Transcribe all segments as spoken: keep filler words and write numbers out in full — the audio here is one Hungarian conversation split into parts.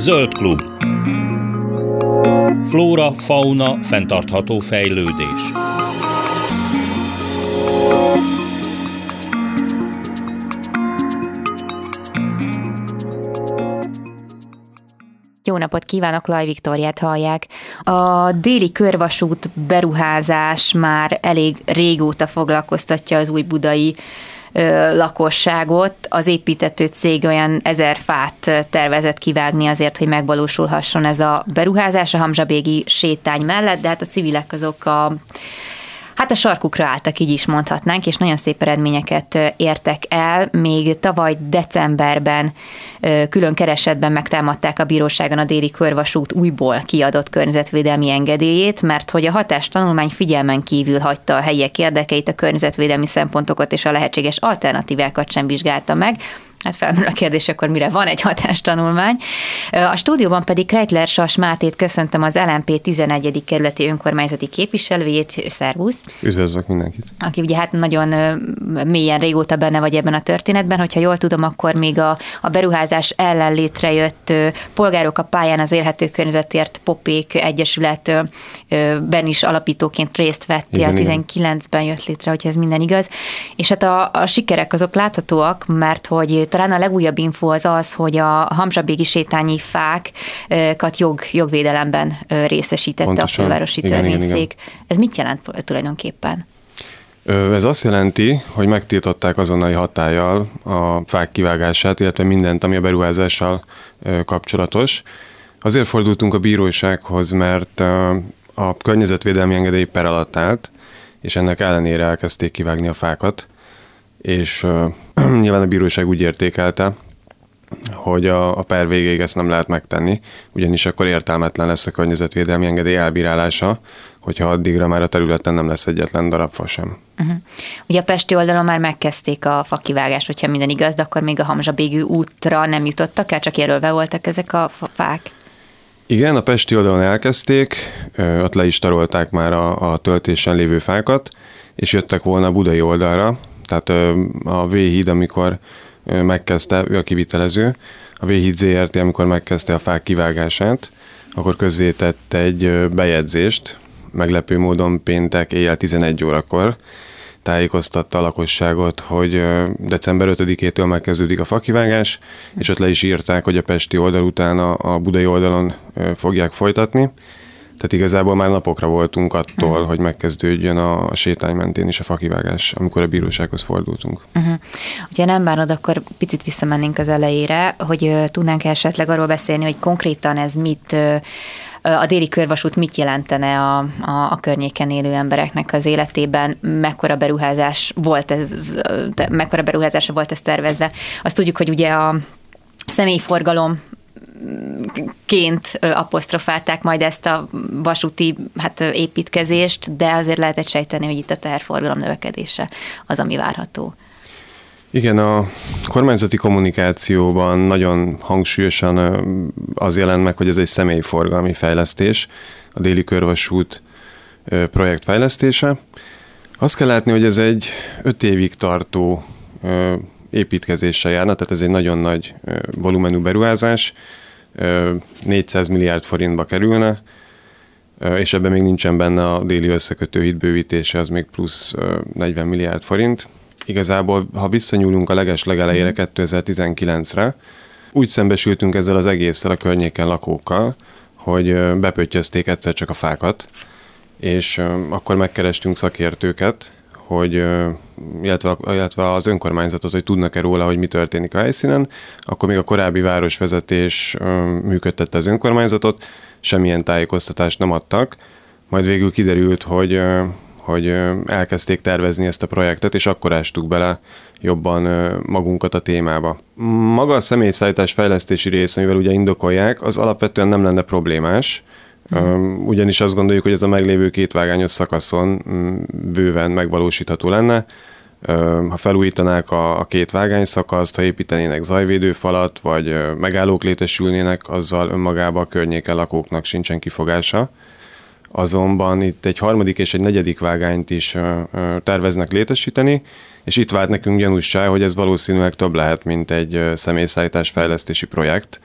Zöld klub. Flóra, fauna, fenntartható fejlődés. Jó napot kívánok, Laj Viktóriát hallják. A déli körvasút beruházás már elég régóta foglalkoztatja az újbudai ö, lakosságot. Az építető cég olyan ezer fát tervezett kivágni azért, hogy megvalósulhasson ez a beruházás a Hamzsabégi sétány mellett, de hát a civilek azok a Hát a sarkukra álltak, így is mondhatnánk, és nagyon szép eredményeket értek el. Még tavaly decemberben külön keresetben megtámadták a bíróságon a déli körvasút újból kiadott környezetvédelmi engedélyét, mert hogy a hatástanulmány figyelmen kívül hagyta a helyiek érdekeit, a környezetvédelmi szempontokat és a lehetséges alternatívákat sem vizsgálta meg. Hát felmerül a kérdés, akkor mire van egy hatástanulmány. A stúdióban pedig Kreitler Sas Mátét köszöntöm, az el em pé tizenegyedik kerületi önkormányzati képviselőjét. Szervusz! Üdvözlök mindenkit! Aki ugye hát nagyon mélyen régóta benne vagy ebben a történetben, hogyha jól tudom, akkor még a, a beruházás ellen létrejött Polgárok a pályán az élhető környezetért Popék Egyesületben is alapítóként részt vettél, igen, tizenkilencben jött létre, hogyha ez minden igaz. És hát a, a sikerek azok láthatóak, mert hogy talán a legújabb info az az, hogy a Hamzsabégi sétányi fákat jog, jogvédelemben részesítette Pontosan. a fővárosi igen, törvényszék. Igen, igen. Ez mit jelent tulajdonképpen? Ez azt jelenti, hogy megtiltották azonnali hatállyal a fák kivágását, illetve mindent, ami a beruházással kapcsolatos. Azért fordultunk a bírósághoz, mert a környezetvédelmi engedély per alatt állt, és ennek ellenére elkezdték kivágni a fákat, és uh, nyilván a bíróság úgy értékelte, hogy a, a per végéig ezt nem lehet megtenni, ugyanis akkor értelmetlen lesz a környezetvédelmi engedély elbírálása, hogyha addigra már a területen nem lesz egyetlen darab fa sem. Uh-huh. Ugye a pesti oldalon már megkezdték a fakivágást, hogyha minden igaz, de akkor még a Hamzsabégi útra nem jutottak el, csak jelölve voltak ezek a fák? Igen, a pesti oldalon elkezdték, ott le is tarolták már a, a töltésen lévő fákat, és jöttek volna a budai oldalra. Tehát a V-híd, amikor megkezdte, ő a kivitelező, a V-híd zé er té, amikor megkezdte a fák kivágását, akkor közzétett egy bejegyzést, meglepő módon péntek éjjel tizenegy órakor tájékoztatta a lakosságot, hogy december ötödikétől megkezdődik a fakivágás, és ott le is írták, hogy a pesti oldal után a, a budai oldalon fogják folytatni. Tehát igazából már napokra voltunk attól, uh-huh. hogy megkezdődjön a, a sétány mentén is a fakivágás, amikor a bírósághoz fordultunk. Uh-huh. Ugye nem bánod, akkor picit visszamennénk az elejére, hogy uh, tudnánk esetleg arról beszélni, hogy konkrétan ez mit, uh, a déli körvasút mit jelentene a, a, a környéken élő embereknek az életében, mekkora beruházás volt ez, te, mekkora beruházása volt ez tervezve. Azt tudjuk, hogy ugye a személyforgalom ként apostrofálták majd ezt a vasúti hát, építkezést, de azért lehetett sejteni, hogy itt a teherforgalom növekedése az, ami várható. Igen, a kormányzati kommunikációban nagyon hangsúlyosan az jelent meg, hogy ez egy személyforgalmi fejlesztés, a déli körvasút projekt fejlesztése. Azt kell látni, hogy ez egy öt évig tartó építkezéssel járna, tehát ez egy nagyon nagy volumenű beruházás, négyszáz milliárd forintba kerülne, és ebben még nincsen benne a déli összekötőhíd bővítése, az még plusz negyven milliárd forint. Igazából, ha visszanyúlunk a leges legelejére kétezer-tizenkilencre, úgy szembesültünk ezzel az egésszel a környéken lakókkal, hogy bepöttyözték egyszer csak a fákat, és akkor megkerestünk szakértőket, hogy, illetve, illetve az önkormányzatot, hogy tudnak-e róla, hogy mi történik a helyszínen, akkor még a korábbi városvezetés működtette az önkormányzatot, semmilyen tájékoztatást nem adtak, majd végül kiderült, hogy, hogy elkezdték tervezni ezt a projektet, és akkor ástuk bele jobban magunkat a témába. Maga a személyszállítás fejlesztési rész, amivel ugye indokolják, az alapvetően nem lenne problémás, Hmm. ugyanis azt gondoljuk, hogy ez a meglévő kétvágányos szakaszon bőven megvalósítható lenne. Ha felújítanák a, a két vágány szakaszt, ha építenének zajvédőfalat, vagy megállók létesülnének, azzal önmagában a környéken lakóknak sincsen kifogása. Azonban itt egy harmadik és egy negyedik vágányt is terveznek létesíteni, és itt vált nekünk gyanússá, hogy ez valószínűleg több lehet, mint egy személyszállítás fejlesztési projekt.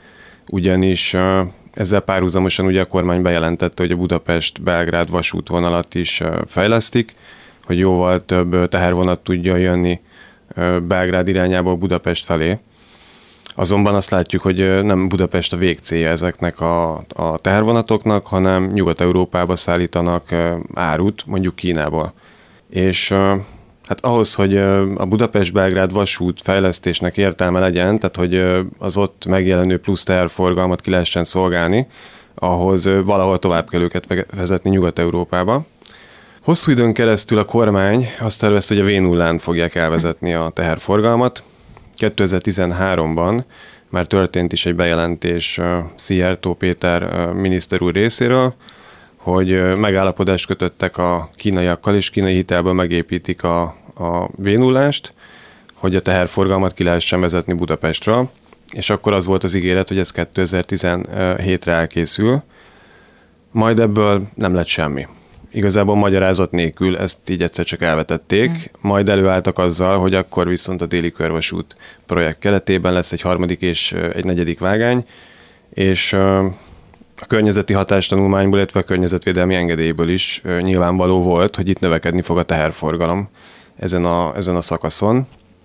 ugyanis ezzel párhuzamosan ugye a kormány bejelentette, hogy a Budapest-Belgrád vasútvonalat is fejlesztik, hogy jóval több tehervonat tudja jönni Belgrád irányából Budapest felé. Azonban azt látjuk, hogy nem Budapest a végcélja ezeknek a, a tehervonatoknak, hanem Nyugat-Európába szállítanak árut, mondjuk Kínából. És hát ahhoz, hogy a Budapest-Belgrád vasút fejlesztésnek értelme legyen, tehát hogy az ott megjelenő plusz teherforgalmat ki lehessen szolgálni, ahhoz valahol tovább kell őket vezetni Nyugat-Európába. Hosszú időn keresztül a kormány azt tervezte, hogy a vé nullán fogják elvezetni a teherforgalmat. kétezer-tizenháromban már történt is egy bejelentés Szijjártó Péter miniszter úr részéről, hogy megállapodást kötöttek a kínaiakkal, és kínai hitelből megépítik a, a vé nullást, hogy a teherforgalmat ki lehessen vezetni Budapestről, és akkor az volt az ígéret, hogy ez kétezer-tizenhétre elkészül, majd ebből nem lett semmi. Igazából magyarázat nélkül ezt így egyszer csak elvetették, hmm. majd előálltak azzal, hogy akkor viszont a déli körvasút projekt keretében lesz egy harmadik és egy negyedik vágány, és a környezeti hatástanulmányból, illetve a környezetvédelmi engedélyből is nyilvánvaló volt, hogy itt növekedni fog a teherforgalom ezen a, ezen a szakaszon,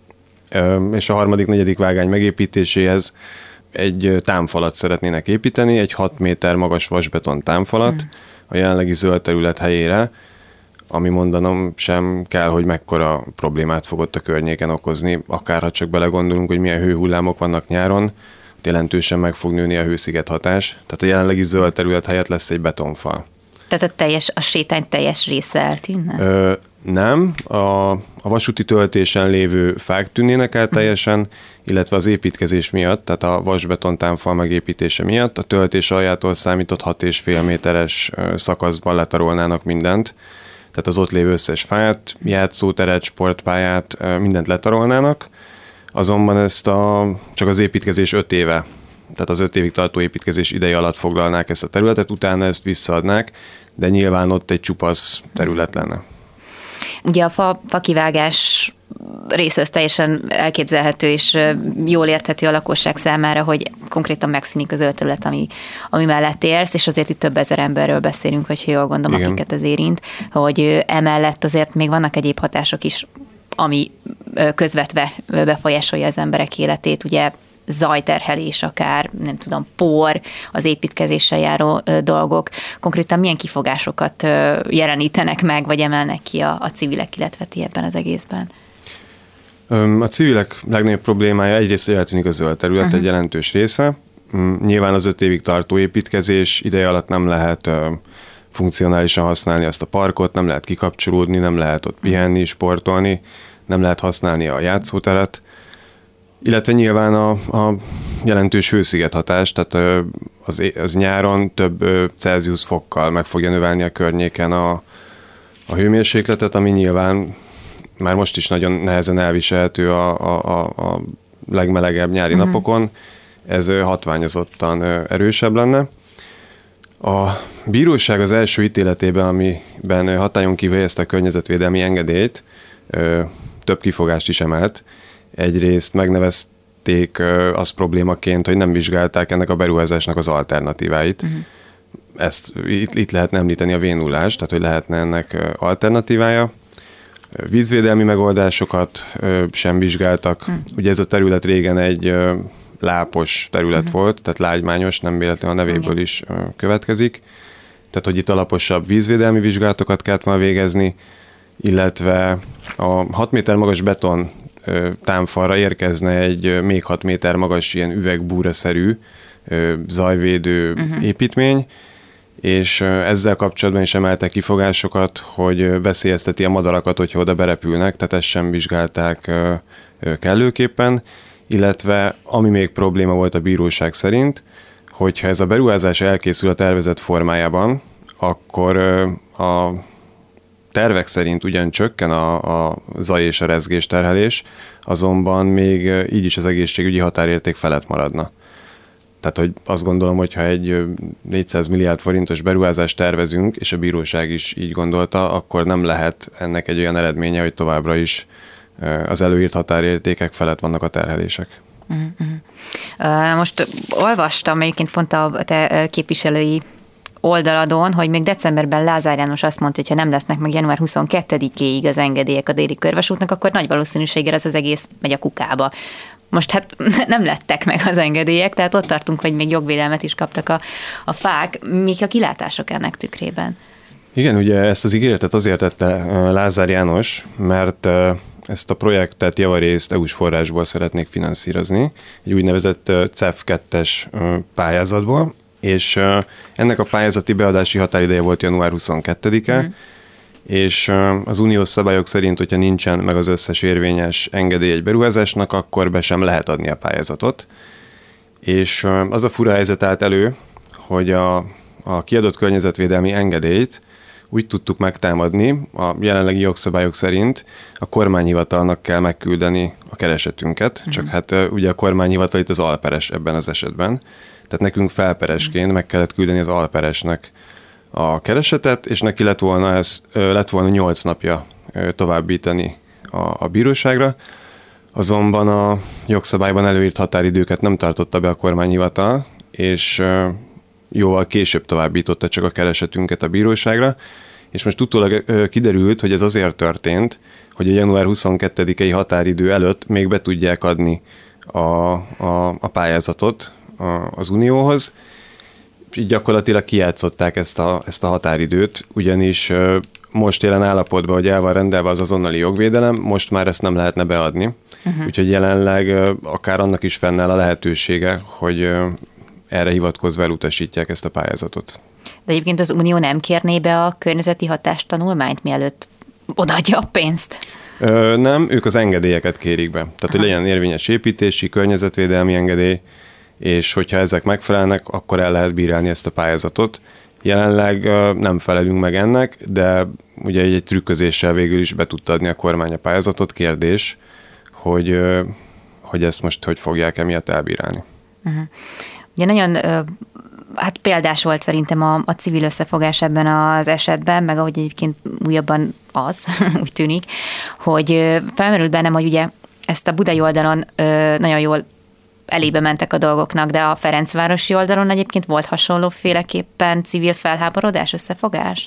és a harmadik, negyedik vágány megépítéséhez egy támfalat szeretnének építeni, egy hat méter magas vasbeton támfalat, hmm. a jelenlegi zöld terület helyére, ami mondanom sem kell, hogy mekkora problémát fogott a környéken okozni, akár ha csak belegondolunk, hogy milyen hőhullámok vannak nyáron, jelentősen meg fog nőni a hősziget hatás, tehát a jelenlegi zöld terület helyett lesz egy betonfal. Tehát a, teljes, a sétány teljes része eltűnne? Ö, nem, a, a vasúti töltésen lévő fák tűnnének el teljesen, illetve az építkezés miatt, tehát a vasbeton támfal megépítése miatt a töltés aljától számított hat és fél méteres szakaszban letarolnának mindent, tehát az ott lévő összes fát, játszóteret, sportpályát, mindent letarolnának, azonban ezt a, csak az építkezés öt éve, tehát az öt évig tartó építkezés ideje alatt foglalnák ezt a területet, utána ezt visszaadnák, de nyilván ott egy csupasz terület lenne. Ugye a fa, fakivágás része az teljesen elképzelhető, és jól érthető a lakosság számára, hogy konkrétan megszűnik az zöld terület, ami, ami mellett élsz, és azért itt több ezer emberről beszélünk, hogyha jól gondolom, igen, akiket ez érint, hogy emellett azért még vannak egyéb hatások is, ami közvetve befolyásolja az emberek életét, ugye zajterhelés akár, nem tudom, por, az építkezéssel járó dolgok. Konkrétan milyen kifogásokat jelenítenek meg, vagy emelnek ki a, a civilek, illetve ti ebben az egészben? A civilek legnagyobb problémája egyrészt, hogy eltűnik a zöld terület, uh-huh. egy jelentős része. Nyilván az öt évig tartó építkezés ideje alatt nem lehet funkcionálisan használni azt a parkot, nem lehet kikapcsolódni, nem lehet ott pihenni, sportolni, nem lehet használni a játszóteret, illetve nyilván a, a jelentős hősziget hatás, tehát az, az nyáron több Celsius fokkal meg fogja növelni a környéken a, a hőmérsékletet, ami nyilván már most is nagyon nehezen elviselhető a, a, a legmelegebb nyári uh-huh. napokon, ez hatványozottan erősebb lenne. A bíróság az első ítéletében, amiben hatályon kívül helyezte a környezetvédelmi engedélyt, több kifogást is emelt. Egyrészt megnevezték azt problémaként, hogy nem vizsgálták ennek a beruházásnak az alternatíváit. Uh-huh. Ezt itt, itt lehetne említeni a vé nullást, tehát hogy lehetne ennek alternatívája. Vízvédelmi megoldásokat sem vizsgáltak. Uh-huh. Ugye ez a terület régen egy lápos terület uh-huh. volt, tehát lágymányos, nem véletlenül a nevéből is következik. Tehát, hogy itt alaposabb vízvédelmi vizsgálatokat kellett volna végezni, illetve a hat méter magas beton támfalra érkezne egy még hat méter magas ilyen üvegbúraszerű zajvédő uh-huh. építmény, és ezzel kapcsolatban is emeltek kifogásokat, hogy veszélyezteti a madarakat, hogyha oda berepülnek, tehát ezt sem vizsgálták kellőképpen, illetve ami még probléma volt a bíróság szerint, hogyha ez a beruházás elkészül a tervezett formájában, akkor a tervek szerint ugyan csökken a, a zaj és a rezgés terhelés, azonban még így is az egészségügyi határérték felett maradna. Tehát, hogy azt gondolom, hogyha egy négyszáz milliárd forintos beruházást tervezünk, és a bíróság is így gondolta, akkor nem lehet ennek egy olyan eredménye, hogy továbbra is az előírt határértékek felett vannak a terhelések. Uh-huh. Most olvastam egyébként pont a te képviselői oldaladon, hogy még decemberben Lázár János azt mondta, hogy ha nem lesznek meg január huszonkettedikéig az engedélyek a déli körvasútnak, akkor nagy valószínűséggel ez az egész megy a kukába. Most hát nem lettek meg az engedélyek, tehát ott tartunk, hogy még jogvédelmet is kaptak a, a fák. Mik a kilátások ennek tükrében? Igen, ugye ezt az ígéretet azért tette Lázár János, mert ezt a projektet javarészt é u-s forrásból szeretnék finanszírozni, egy úgynevezett cé e ef kettes pályázatból, és ennek a pályázati beadási határideje volt január huszonkettedike, mm. és az uniós szabályok szerint, hogyha nincsen meg az összes érvényes engedély egy beruházásnak, akkor be sem lehet adni a pályázatot. És az a fura helyzet állt elő, hogy a, a kiadott környezetvédelmi engedélyt úgy tudtuk megtámadni, a jelenlegi jogszabályok szerint a kormányhivatalnak kell megküldeni a keresetünket, uh-huh. csak hát ugye a kormányhivatal itt az alperes ebben az esetben, tehát nekünk felperesként meg kellett küldeni az alperesnek a keresetet, és neki lett volna, ez, lett volna nyolc napja továbbítani a, a bíróságra, azonban a jogszabályban előírt határidőket nem tartotta be a kormányhivatal, és jóval később továbbította csak a keresetünket a bíróságra, és most utólag kiderült, hogy ez azért történt, hogy a január huszonkettedikei határidő előtt még be tudják adni a, a, a pályázatot a, az Unióhoz, és így gyakorlatilag kijátszották ezt a, ezt a határidőt, ugyanis most jelen állapotban, hogy el van rendelve az azonnali jogvédelem, most már ezt nem lehetne beadni, uh-huh. úgyhogy jelenleg akár annak is fennáll a lehetősége, hogy erre hivatkozva elutasítják ezt a pályázatot. De egyébként az Unió nem kérné be a környezeti hatástanulmányt, mielőtt odaadja a pénzt? Ö, nem, ők az engedélyeket kérik be. Tehát, Aha. hogy legyen érvényes építési, környezetvédelmi engedély, és hogyha ezek megfelelnek, akkor el lehet bírálni ezt a pályázatot. Jelenleg ö, nem felelünk meg ennek, de ugye egy, egy trükközéssel végül is be tudta adni a kormány a pályázatot. Kérdés, hogy, ö, hogy ezt most hogy fogják emiatt elbírálni. Uh-huh. Ugye nagyon hát példás volt szerintem a, a civil összefogás ebben az esetben, meg ahogy egyébként újabban az, úgy tűnik, hogy felmerült bennem, hogy ugye ezt a budai oldalon nagyon jól elébe mentek a dolgoknak, de a Ferencvárosi oldalon egyébként volt hasonlóféleképpen civil felháborodás, összefogás?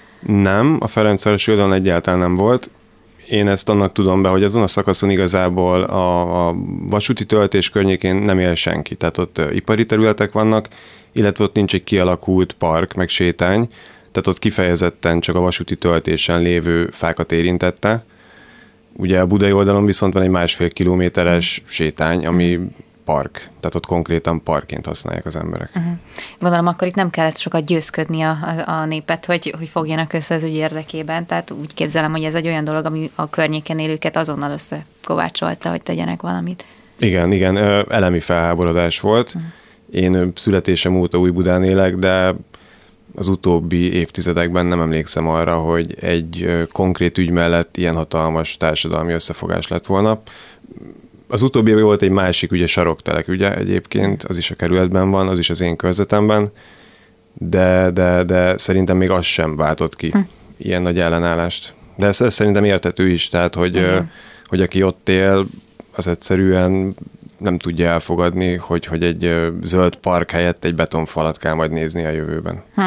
Nem, a Ferencvárosi oldalon egyáltalán nem volt. Én ezt annak tudom be, hogy azon a szakaszon igazából a, a vasúti töltés környékén nem él senki. Tehát ott ipari területek vannak, illetve ott nincs egy kialakult park, meg sétány, tehát ott kifejezetten csak a vasúti töltésen lévő fákat érintette. Ugye a budai oldalon viszont van egy másfél kilométeres sétány, ami park, tehát ott konkrétan parkként használják az emberek. Uh-huh. Gondolom, akkor itt nem kellett sokat győzködni a, a, a népet, hogy, hogy fogjanak össze az ügy érdekében, tehát úgy képzelem, hogy ez egy olyan dolog, ami a környéken élőket azonnal összekovácsolta, hogy tegyenek valamit. Igen, igen, elemi felháborodás volt. Uh-huh. Én születésem óta Újbudán élek, de az utóbbi évtizedekben nem emlékszem arra, hogy egy konkrét ügy mellett ilyen hatalmas társadalmi összefogás lett volna. Az utóbbi évben volt egy másik ügy, a Saroktelek ügye egyébként, az is a kerületben van, az is az én körzetemben, de, de, de szerintem még az sem váltott ki hm. ilyen nagy ellenállást. De ez, ez szerintem érthető is, tehát hogy, hogy aki ott él, az egyszerűen nem tudja elfogadni, hogy, hogy egy zöld park helyett egy betonfalat kell majd nézni a jövőben. Hm.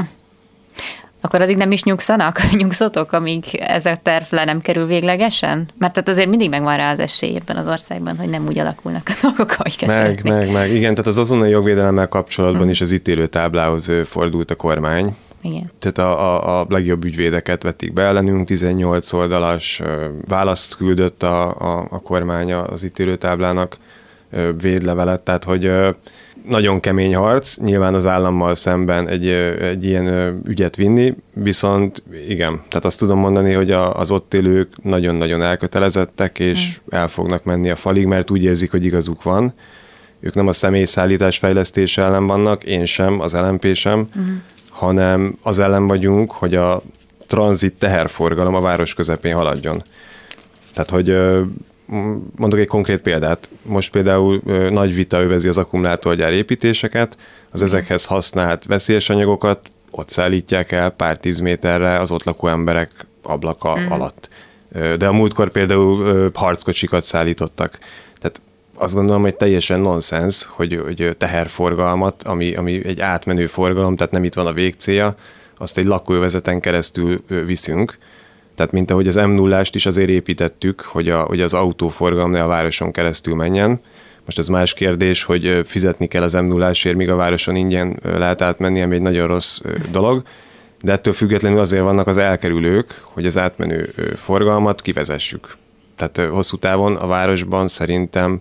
Akkor addig nem is nyugszanak? Nyugszotok, amíg ez a terv le nem kerül véglegesen? Mert tehát azért mindig megvan rá az esély ebben az országban, hogy nem úgy alakulnak a dolgok, ahogy meg, szeretnék. meg, meg. Igen, tehát az azonnali jogvédelemmel kapcsolatban hmm. is az ítélőtáblához fordult a kormány. Igen. Tehát a, a, a legjobb ügyvédeket vették be ellenünk, tizennyolc oldalas választ küldött a, a, a kormány az ítélőtáblának, védlevelet, tehát hogy nagyon kemény harc, nyilván az állammal szemben egy, egy ilyen ügyet vinni, viszont igen, tehát azt tudom mondani, hogy a, az ott élők nagyon-nagyon elkötelezettek, és mm. el fognak menni a falig, mert úgy érzik, hogy igazuk van. Ők nem a személyszállítás fejlesztése ellen vannak, én sem, az el em pé sem, mm. hanem az ellen vagyunk, hogy a tranzit teherforgalom a város közepén haladjon. Tehát, hogy mondok egy konkrét példát. Most például ö, nagy vita övezi az akkumulátorgyár építéseket, az ezekhez használt veszélyes anyagokat ott szállítják el pár tíz méterre az ott lakó emberek ablaka mm. alatt. Ö, de a múltkor például ö, harckocsikat szállítottak. Tehát azt gondolom, hogy teljesen nonsens, hogy, hogy teherforgalmat, ami, ami egy átmenő forgalom, tehát nem itt van a végcélja, azt egy lakóövezeten keresztül viszünk. Tehát mint ahogy az em nullást is azért építettük, hogy, a, hogy az autóforgalom ne a városon keresztül menjen. Most ez más kérdés, hogy fizetni kell az em nullásért, míg a városon ingyen lehet átmenni, ami egy nagyon rossz dolog. De ettől függetlenül azért vannak az elkerülők, hogy az átmenő forgalmat kivezessük. Tehát hosszú távon a városban szerintem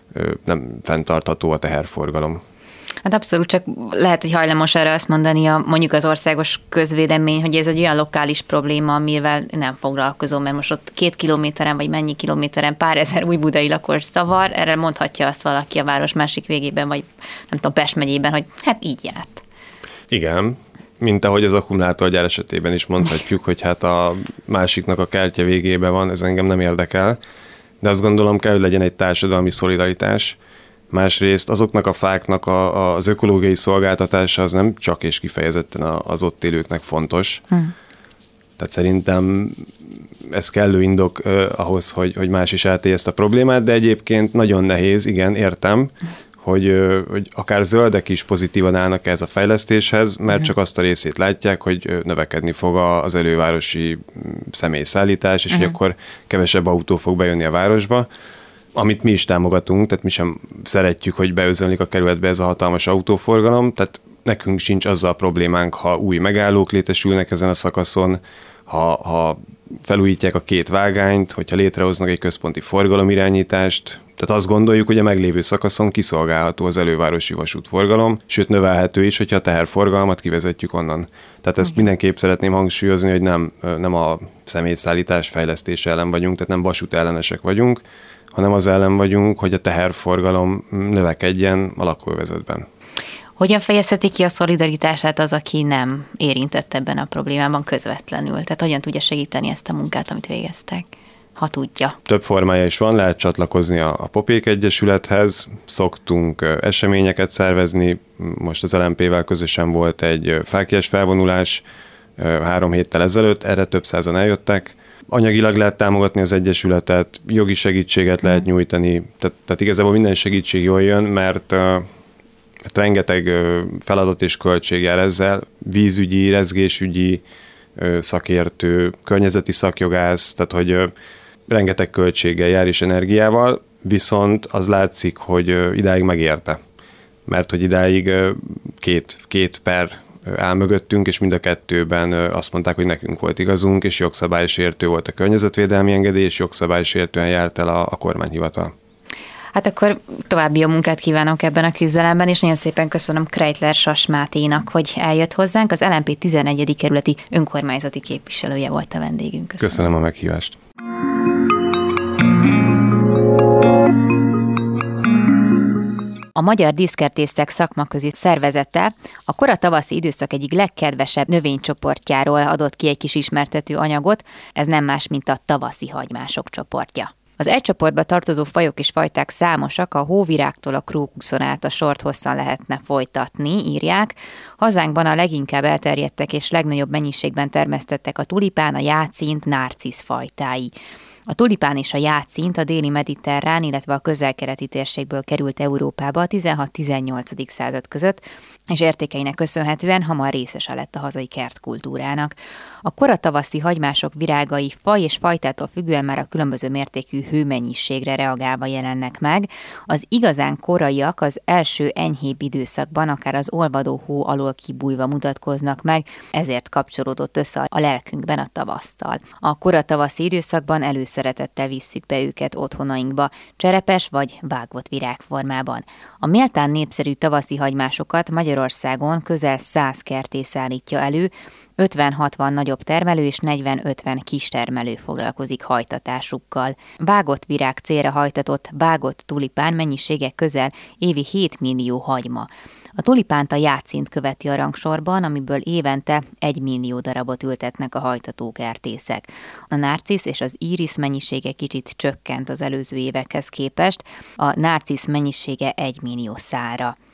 nem fenntartható a teherforgalom. Hát abszolút, csak lehet, hogy hajlamos erre azt mondani a, mondjuk az országos közvélemény, hogy ez egy olyan lokális probléma, amivel nem foglalkozom, mert most ott két kilométeren, vagy mennyi kilométeren pár ezer újbudai lakos zavar, erre mondhatja azt valaki a város másik végében, vagy nem tudom, Pest megyében, hogy hát így járt. Igen, mint ahogy az akkumulátorgyár esetében is mondhatjuk, hogy hát a másiknak a kertje végében van, ez engem nem érdekel, de azt gondolom kell, hogy legyen egy társadalmi szolidaritás. Másrészt azoknak a fáknak a, az ökológiai szolgáltatása az nem csak és kifejezetten az ott élőknek fontos. Hmm. Tehát szerintem ez kellő indok eh, ahhoz, hogy, hogy más is átélje ezt a problémát, de egyébként nagyon nehéz, igen, értem, hogy, hogy akár zöldek is pozitívan állnak ez a fejlesztéshez, mert csak azt a részét látják, hogy növekedni fog az elővárosi személyszállítás, és uh-huh. hogy akkor kevesebb autó fog bejönni a városba, amit mi is támogatunk, tehát mi sem szeretjük, hogy beözönlik a kerületbe ez a hatalmas autóforgalom, tehát nekünk sincs azzal a problémánk, ha új megállók létesülnek ezen a szakaszon, ha, ha felújítják a két vágányt, hogyha létrehoznak egy központi forgalomirányítást. Tehát azt gondoljuk, hogy a meglévő szakaszon kiszolgálható az elővárosi vasútforgalom, sőt növelhető is, hogyha a teherforgalmat kivezetjük onnan. Tehát ezt mindenképp szeretném hangsúlyozni, hogy nem, nem a személyszállítás fejlesztése ellen vagyunk, tehát nem vasút ellenesek vagyunk, hanem az ellen vagyunk, hogy a teherforgalom növekedjen a lakóövezetben. Hogyan fejezheti ki a szolidaritását az, aki nem érintett ebben a problémában közvetlenül? Tehát hogyan tudja segíteni ezt a munkát, amit végeztek, ha tudja? Több formája is van, lehet csatlakozni a, a Popék Egyesülethez, szoktunk eseményeket szervezni, most az el em pé-vel közösen volt egy fáklyás felvonulás három héttel ezelőtt, erre több százan eljöttek. Anyagilag lehet támogatni az egyesületet, jogi segítséget lehet nyújtani, tehát, tehát igazából minden segítség jól jön, mert Hát rengeteg feladat és költség jár ezzel, vízügyi, rezgésügyi szakértő, környezeti szakjogász, tehát hogy rengeteg költséggel jár és energiával, viszont az látszik, hogy idáig megérte. Mert hogy idáig két, két per áll mögöttünk, és mind a kettőben azt mondták, hogy nekünk volt igazunk, és jogszabálysértő volt a környezetvédelmi engedély, és jogszabálysértően járt el a, a kormányhivatal. Hát akkor további jó munkát kívánok ebben a küzdelemben, és nagyon szépen köszönöm Kreitler Sas Máténak, hogy eljött hozzánk. Az el em pé tizenegyedik kerületi önkormányzati képviselője volt a vendégünk. Köszönöm, köszönöm a meghívást. A Magyar Díszkertészek szakmaközi szervezete a kora tavaszi időszak egyik legkedvesebb növénycsoportjáról adott ki egy kis ismertető anyagot, ez nem más, mint a tavaszi hagymások csoportja. Az egy csoportba tartozó fajok és fajták számosak, a hóvirágtól a krókuszon át a sort hosszan lehetne folytatni, írják. Hazánkban a leginkább elterjedtek és legnagyobb mennyiségben termesztettek a tulipán, a jácint, nárcisz fajtái. A tulipán és a jácint a déli mediterrán, illetve a közel-keleti térségből került Európába a tizenhat-tizennyolcadik század között, és értékeinek köszönhetően hamar részese lett a hazai kertkultúrának. A koratavaszi hagymások virágai faj és fajtától függően már a különböző mértékű hőmennyiségre reagálva jelennek meg. Az igazán koraiak az első enyhébb időszakban akár az olvadó hó alól kibújva mutatkoznak meg, ezért kapcsolódott össze a lelkünkben a tavasztal. A koratavaszi időszakban előszeretettel visszük be őket otthonainkba, cserepes vagy vágott virágformában. A méltán népszerű tavaszi hagymásokat Magyarországon közel száz kertész állítja elő, ötven-hatvan nagyobb termelő és negyven-ötven kistermelő foglalkozik hajtatásukkal. Vágott virág célra hajtatott vágott tulipán mennyisége közel évi hét millió hagyma. A tulipánt a jácint követi a rangsorban, amiből évente egy millió darabot ültetnek a hajtatókertészek. A nárcisz és az írisz mennyisége kicsit csökkent az előző évekhez képest, a nárcisz mennyisége egy millió szára.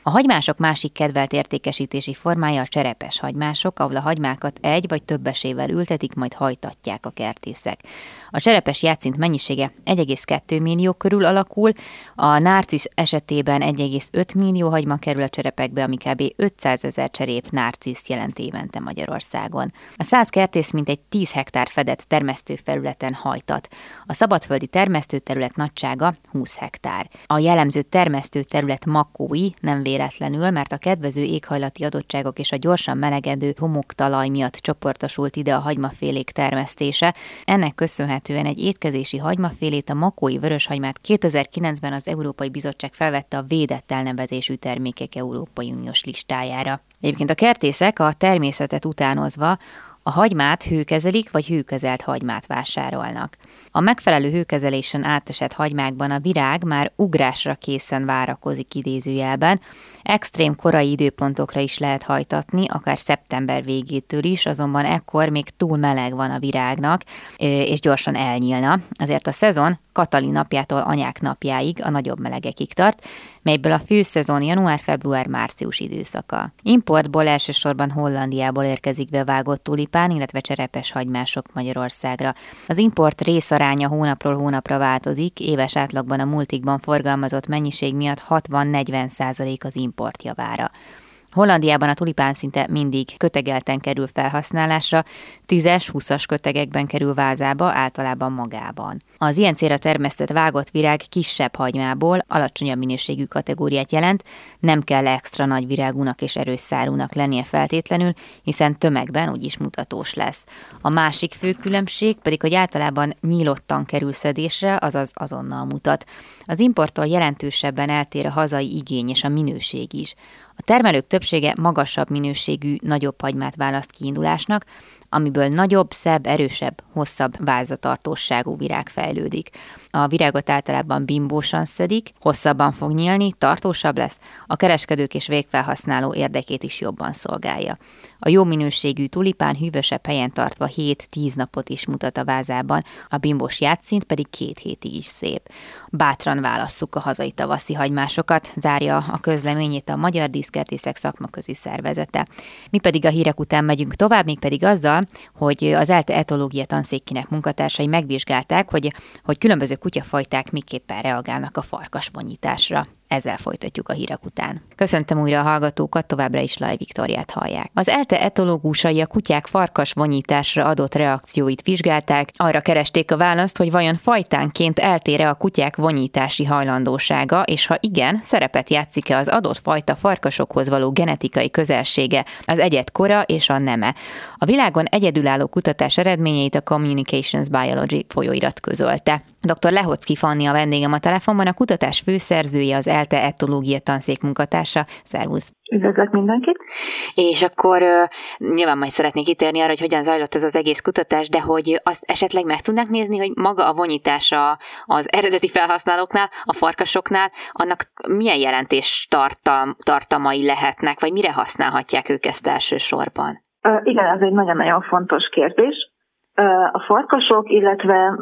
A hagymások másik kedvelt értékesítési formája a cserepes hagymások, ahol a hagymákat egy vagy többesével ültetik, majd hajtatják a kertészek. A cserepes játszint mennyisége egy egész kettő millió körül alakul, a nárcisz esetében egy egész öt millió hagyma kerül a cserepekbe, ami kb. ötszázezer cserép nárciszt jelent évente Magyarországon. A száz kertész mintegy tíz hektár fedett termesztőfelületen hajtat. A szabadföldi termesztőterület nagysága húsz hektár. A jellemző termesztőterület makói nem véletlenül, mert a kedvező éghajlati adottságok és a gyorsan melegedő homoktalaj miatt csoportosult ide a hagymafélék termesztése. Ennek köszönhetően egy étkezési hagymafélét, a makói vöröshagymát kétezer-kilencben az Európai Bizottság felvette a védett elnevezésű termékek Európai Uniós listájára. Egyébként a kertészek a természetet utánozva a hagymát hőkezelik, vagy hőkezelt hagymát vásárolnak. A megfelelő hőkezelésen átesett hagymákban a virág már ugrásra készen várakozik idézőjelben. Extrém korai időpontokra is lehet hajtatni, akár szeptember végétől is, azonban ekkor még túl meleg van a virágnak, és gyorsan elnyílna. Azért a szezon Katalin napjától anyák napjáig, a nagyobb melegekig tart, melyből a főszezon január-február-március időszaka. Importból elsősorban Hollandiából érkezik bevágott tulipán, illetve cserepes hagymások Magyarországra. Az import részaránya hónapról hónapra változik, éves átlagban a multikban forgalmazott mennyiség miatt hatvan-negyven százalék az import javára. Hollandiában a tulipán szinte mindig kötegelten kerül felhasználásra, tízes-húszas kötegekben kerül vázába, általában magában. Az ilyen célra termesztett vágott virág kisebb hagymából alacsonyabb minőségű kategóriát jelent, nem kell extra nagy virágúnak és erős szárúnak lennie feltétlenül, hiszen tömegben úgyis mutatós lesz. A másik fő különbség pedig, hogy általában nyílottan kerül szedésre, azaz azonnal mutat. Az importtól jelentősebben eltér a hazai igény és a minőség is. A termelők többsége magasabb minőségű, nagyobb hagymát választ kiindulásnak, amiből nagyobb, szebb, erősebb, hosszabb vázatartóságú virág fejlődik. A virágot általában bimbósan szedik, hosszabban fog nyílni, tartósabb lesz, a kereskedők és végfelhasználó érdekét is jobban szolgálja. A jó minőségű tulipán hűvösebb helyen tartva hét-tíz napot is mutat a vázában, a bimbós játszint pedig két hétig is szép. Bátran válasszuk a hazai tavaszi hagymásokat, zárja a közleményét a Magyar Díszkertészek Szakmaközi Szervezete. Mi pedig a hírek után megyünk tovább, mégpedig azzal, hogy az ELTE etológia tanszékének munkatársai megvizsgálták, hogy, hogy különböző kutyafajták miképpen reagálnak a farkasvonyításra. Ezzel folytatjuk a hírek után. Köszöntöm újra a hallgatókat, továbbra is Laj Viktóriát hallják. Az ELTE etológusai a kutyák farkasvonyításra adott reakcióit vizsgálták, arra keresték a választ, hogy vajon fajtánként eltér-e a kutyák vonyítási hajlandósága, és ha igen, szerepet játszik-e az adott fajta farkasokhoz való genetikai közelsége, az egyed kora és a neme. A világon egyedülálló kutatás eredményeit a Communications Biology folyóirat közölte. dr. Lehocki Fanni a vendégem a telefonban, a kutatás főszerzője, az ELTE etológia tanszék munkatársa. Szervusz! Üdvözlök mindenkit! És akkor uh, nyilván majd szeretnék kitérni arra, hogy hogyan zajlott ez az egész kutatás, de hogy azt esetleg meg tudnák nézni, hogy maga a vonyítása az eredeti felhasználóknál, a farkasoknál, annak milyen jelentés tartam, tartamai lehetnek, vagy mire használhatják ők ezt elsősorban? Uh, igen, ez egy nagyon-nagyon fontos kérdés. Uh, a farkasok, illetve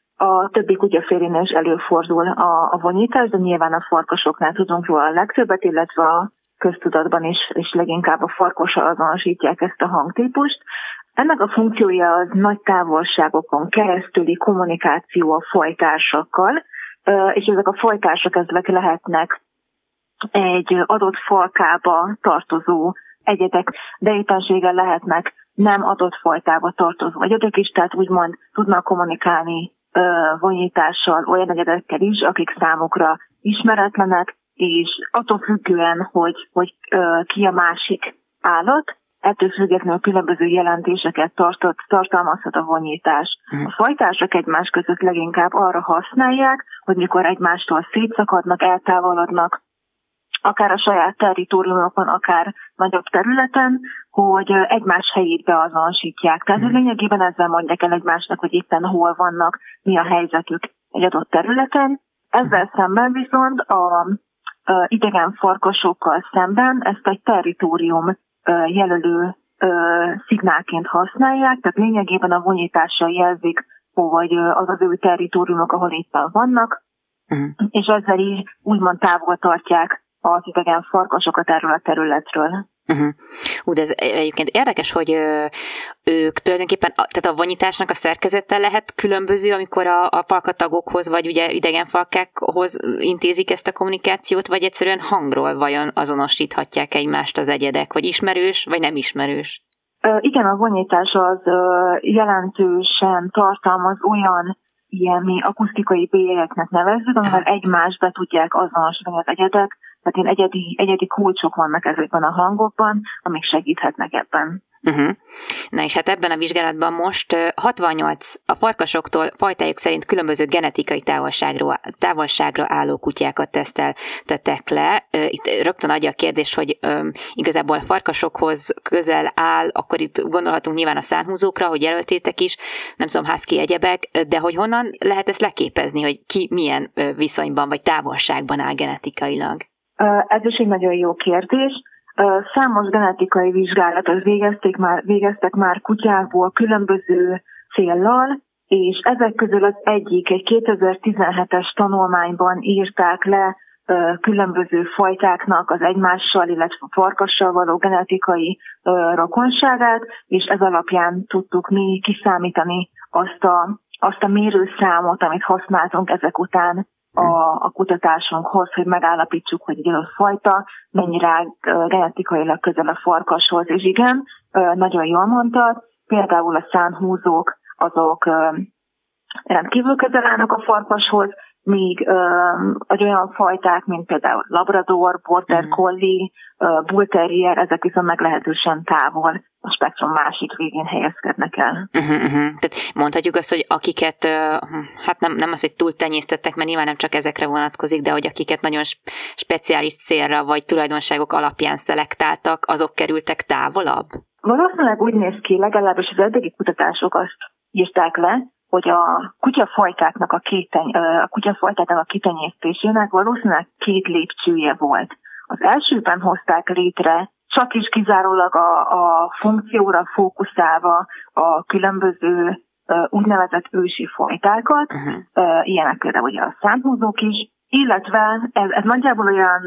a többi kutyafélénél is előfordul a, a vonyítás, de nyilván a farkasoknál tudunk róla a legtöbbet, illetve a köztudatban is, és leginkább a farkassal azonosítják ezt a hangtípust. Ennek a funkciója az nagy távolságokon keresztüli kommunikáció a fajtársakkal, és ezek a fajtársak ezek lehetnek egy adott falkába tartozó egyedek, de éppenséggel lehetnek nem adott fajtába tartozó egyedek is, tehát úgymond tudnak kommunikálni vonyítással olyan egyedekkel is, akik számukra ismeretlenek, és attól függően, hogy, hogy ki a másik állat, ettől függetlenül különböző jelentéseket tartott, tartalmazhat a vonyítás. A fajtársak egymás között leginkább arra használják, hogy mikor egymástól szétszakadnak, eltávolodnak, akár a saját territóriumokon, akár nagyobb területen, hogy egymás helyét beazonosítják. Tehát hmm. lényegében ezzel mondják el egymásnak, hogy éppen hol vannak, mi a helyzetük egy adott területen. Ezzel szemben viszont a, a idegen farkasokkal szemben ezt egy territórium jelölő szignálként használják, tehát lényegében a vonyítással jelzik, hogy az az ő territóriumok, ahol éppen vannak, hmm. és ezzel így úgymond távol tartják az idegen farkasokat erről a területről. Uh-huh. Ú, de ez egyébként érdekes, hogy ö, ők tulajdonképpen, tehát a vonyításnak a szerkezete lehet különböző, amikor a, a falkatagokhoz, vagy ugye idegen falkákhoz intézik ezt a kommunikációt, vagy egyszerűen hangról vajon azonosíthatják egymást az egyedek, hogy ismerős, vagy nem ismerős? Ö, igen, a vonyítás az ö, jelentősen tartalmaz olyan ilyen mi akusztikai bélyegeknek nevezzük, amivel egymást be tudják azonosítani az egyedek, tehát ilyen egyedi, egyedi kulcsok vannak ezekben a hangokban, amik segíthetnek ebben. Uh-huh. Na és hát ebben a vizsgálatban most hatvannyolc a farkasoktól fajtájuk szerint különböző genetikai távolságra, távolságra álló kutyákat teszteltetek le. Itt rögtön adja a kérdést, hogy um, igazából a farkasokhoz közel áll, akkor itt gondolhatunk nyilván a szárhúzókra, hogy jelöltétek is, nem tudom, husky egyebek, de hogy honnan lehet ezt leképezni, hogy ki milyen viszonyban vagy távolságban áll genetikailag? Ez is egy nagyon jó kérdés. Számos genetikai vizsgálatot végezték már, végeztek már kutyákból különböző céllal, és ezek közül az egyik egy kétezer-tizenhetes tanulmányban írták le különböző fajtáknak az egymással, illetve a farkassal való genetikai rokonságát, és ez alapján tudtuk mi kiszámítani azt a, azt a mérőszámot, amit használtunk ezek után A, a kutatásunkhoz, hogy megállapítsuk, hogy egy adott fajta mennyire genetikailag közel a farkashoz. És igen, nagyon jól mondtad, például a szánhúzók, azok rendkívül közel állnak a farkashoz, míg egy olyan fajták, mint például Labrador, Border Collie, Bull Terrier, ezek viszont meglehetősen távol a spektrum másik végén helyezkednek el. Uh-huh, uh-huh. Tehát mondhatjuk azt, hogy akiket, hát nem, nem az, hogy túl tenyésztettek, mert nyilván nem csak ezekre vonatkozik, de hogy akiket nagyon speciális célra vagy tulajdonságok alapján szelektáltak, azok kerültek távolabb? Valószínűleg úgy néz ki, legalábbis az eddigi kutatások azt írták le, hogy a kutyafajtáknak a, kéteny, a kutyafajtáknak a kitenyésztésének valószínűleg két lépcsője volt. Az elsőben hozták létre, csak is kizárólag a, a funkcióra fókuszálva a különböző úgynevezett ősi fajtákat, uh-huh. ilyenek például ugye a szánhúzók is, illetve ez, ez nagyjából olyan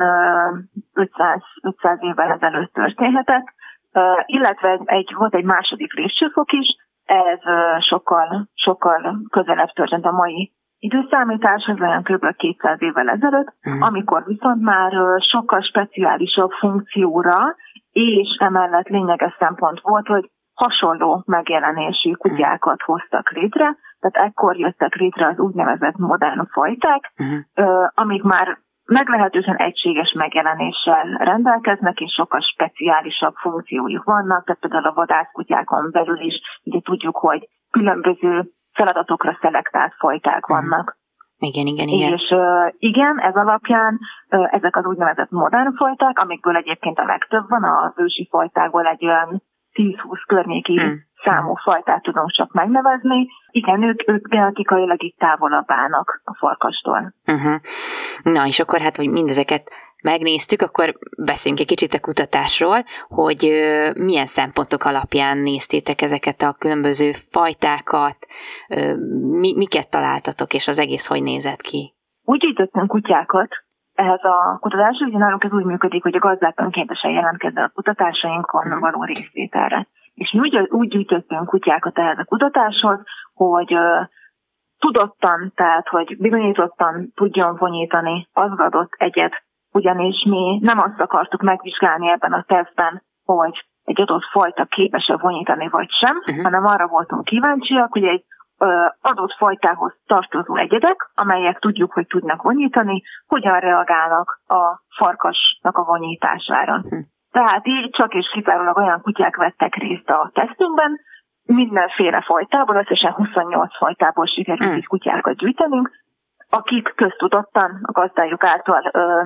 ötszáz, ötszáz évvel ezelőtt történhetett, illetve egy, egy, volt egy második lépcsőfok is, ez sokkal, sokkal közelebb történt a mai időszámításhoz, olyan kb. kétszáz évvel ezelőtt, mm. amikor viszont már sokkal speciálisabb funkcióra, és emellett lényeges szempont volt, hogy hasonló megjelenésű kutyákat hoztak létre, tehát ekkor jöttek létre az úgynevezett modern fajták, mm. amik már meglehetősen egységes megjelenéssel rendelkeznek, és sokkal speciálisabb funkciójuk vannak, tehát például a vadászkutyákon belül is ugye tudjuk, hogy különböző feladatokra szelektált fajták vannak. Igen, igen, igen. És uh, igen, ez alapján uh, ezek az úgynevezett modern fajták, amikből egyébként a legtöbb van, az ősi fajtákból egy olyan tíz-húsz környéki hmm. számú fajtát tudunk csak megnevezni. Igen, ők, ők genetikailag itt távolabb állnak a farkastól. Uh-huh. Na, és akkor hát, hogy mindezeket megnéztük, akkor beszéljünk egy kicsit a kutatásról, hogy ö, milyen szempontok alapján néztétek ezeket a különböző fajtákat, ö, mi, miket találtatok, és az egész hogy nézett ki? Úgy gyűjtöttünk kutyákat ehhez a kutatásra, ugye nálunk ez úgy működik, hogy a gazdák önkéntesen jelentkeznek a kutatásainkon való részvételre. És mi úgy, úgy gyűjtöttünk kutyákat ehhez a kutatáshoz, hogy uh, tudottan, tehát hogy bizonyítottan tudjon vonyítani az adott egyet, ugyanis mi nem azt akartuk megvizsgálni ebben a tesztben, hogy egy adott fajta képes-e vonyítani vagy sem, uh-huh. hanem arra voltunk kíváncsiak, hogy egy ö, adott fajtához tartozó egyedek, amelyek tudjuk, hogy tudnak vonyítani, hogyan reagálnak a farkasnak a vonyítására. Uh-huh. Tehát így csak és kizárólag olyan kutyák vettek részt a tesztünkben, mindenféle fajtából, összesen huszonnyolc fajtából sikerült uh-huh. kutyákat gyűjtenünk, akik köztudottan a gazdájuk által ö,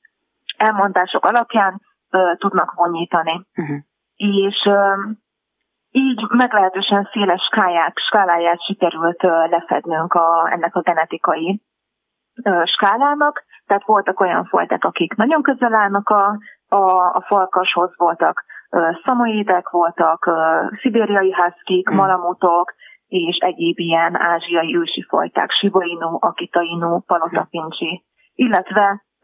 elmondások alapján ö, tudnak vonyítani. Uh-huh. És ö, így meglehetősen széles skáláját, skáláját sikerült ö, lefednünk a, ennek a genetikai ö, skálának. Tehát voltak olyan fajták, akik nagyon közel állnak a, a, a farkashoz, voltak ö, szamoédek, voltak ö, szibériai huskik, uh-huh. malamutok, és egyéb ilyen ázsiai ősi fajták, Shiba Inu, Akita Inu, Palota Pincsi, illetve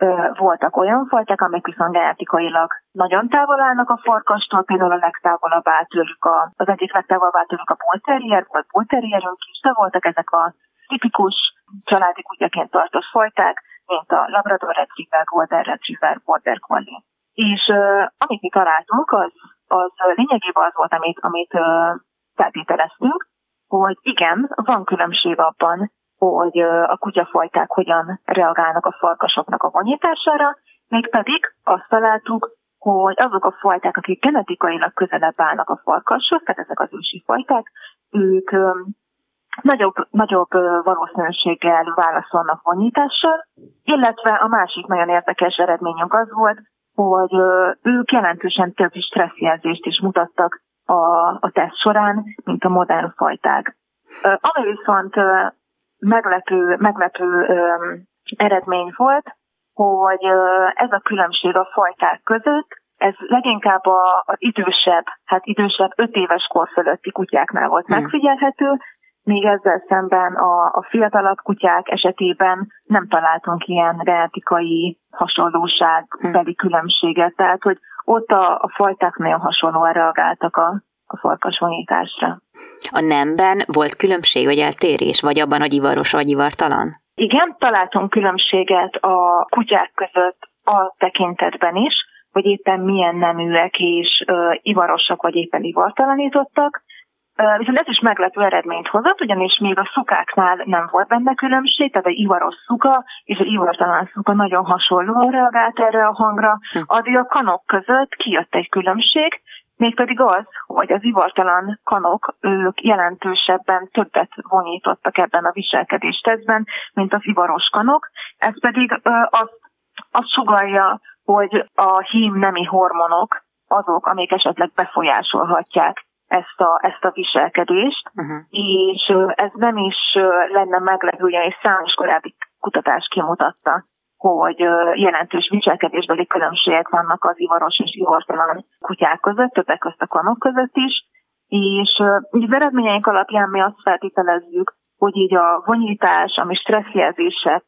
Voltak olyan fajták, amik viszont genetikailag nagyon távol állnak a farkastól, például a legtávolabb áll tőlük a, az egyik legtávolabb áll tőlük a bull terrier, vagy bull terrierünk is, de voltak ezek a tipikus családi kutyaként tartott fajták, mint a Labrador Retriever, Golden Retriever, Border Collie. És uh, amit mi találtunk, az, az lényegében az volt, amit, amit uh, feltételeztünk, hogy igen, van különbség abban, hogy uh, a kutyafajták hogyan reagálnak a farkasoknak a vonyítására, mégpedig azt találtuk, hogy azok a fajták, akik genetikailag közelebb állnak a farkashoz, tehát ezek az ősi fajták, ők um, nagyobb, nagyobb uh, valószínűséggel válaszolnak vonyítással, illetve a másik nagyon érdekes eredményünk az volt, hogy uh, ők jelentősen több stresszjelzést is mutattak a, a teszt során, mint a modern fajták. Uh, ami viszont uh, meglepő, meglepő um, eredmény volt, hogy uh, ez a különbség a fajták között, ez leginkább a, az idősebb, hát idősebb öt éves kor fölötti kutyáknál volt hmm. megfigyelhető, még ezzel szemben a, a fiatalabb kutyák esetében nem találtunk ilyen genetikai hasonlóságbeli különbséget, tehát hogy ott a, a fajták nagyon hasonlóan reagáltak a, a farkasvonyításra. A nemben volt különbség, vagy eltérés, vagy abban, hogy ivaros vagy ivartalan? Igen, találtunk különbséget a kutyák között a tekintetben is, hogy éppen milyen neműek és uh, ivarosak, vagy éppen ivartalanítottak. Uh, viszont ez is meglepő eredményt hozott, ugyanis még a szukáknál nem volt benne különbség, tehát egy ivaros szuka és egy ivartalan szuka nagyon hasonlóan reagált erre a hangra, addig a kanok között kijött egy különbség, mégpedig az, hogy az ivartalan kanok, ők jelentősebben többet vonyítottak ebben a viselkedéstesztben, mint az ivaros kanok. Ez pedig uh, azt, azt sugallja, hogy a hím nemi hormonok azok, amik esetleg befolyásolhatják ezt a, ezt a viselkedést, uh-huh. és uh, ez nem is uh, lenne meglepő, és számos korábbi kutatás kimutatta, hogy uh, jelentős viselkedésbeli különbségek vannak az ivaros és ivartalan kutyák között, többek között a kanok között is, és uh, az eredményeink alapján mi azt feltételezzük, hogy így a vonyítás, ami stresszjelzéssel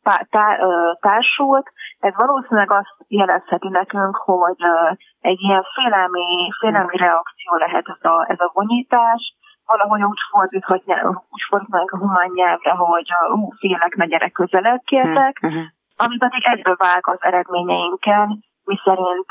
társult, ez valószínűleg azt jelezheti nekünk, hogy egy ilyen félelmi, félelmi reakció lehet ez a, ez a vonyítás. Valahogy úgy fordíthatják, úgy fordíthatják a humán nyelvre, hogy ú, félek, ne gyere közelebb, kérlek, uh-huh. ami pedig egybe vág az eredményeinkkel, miszerint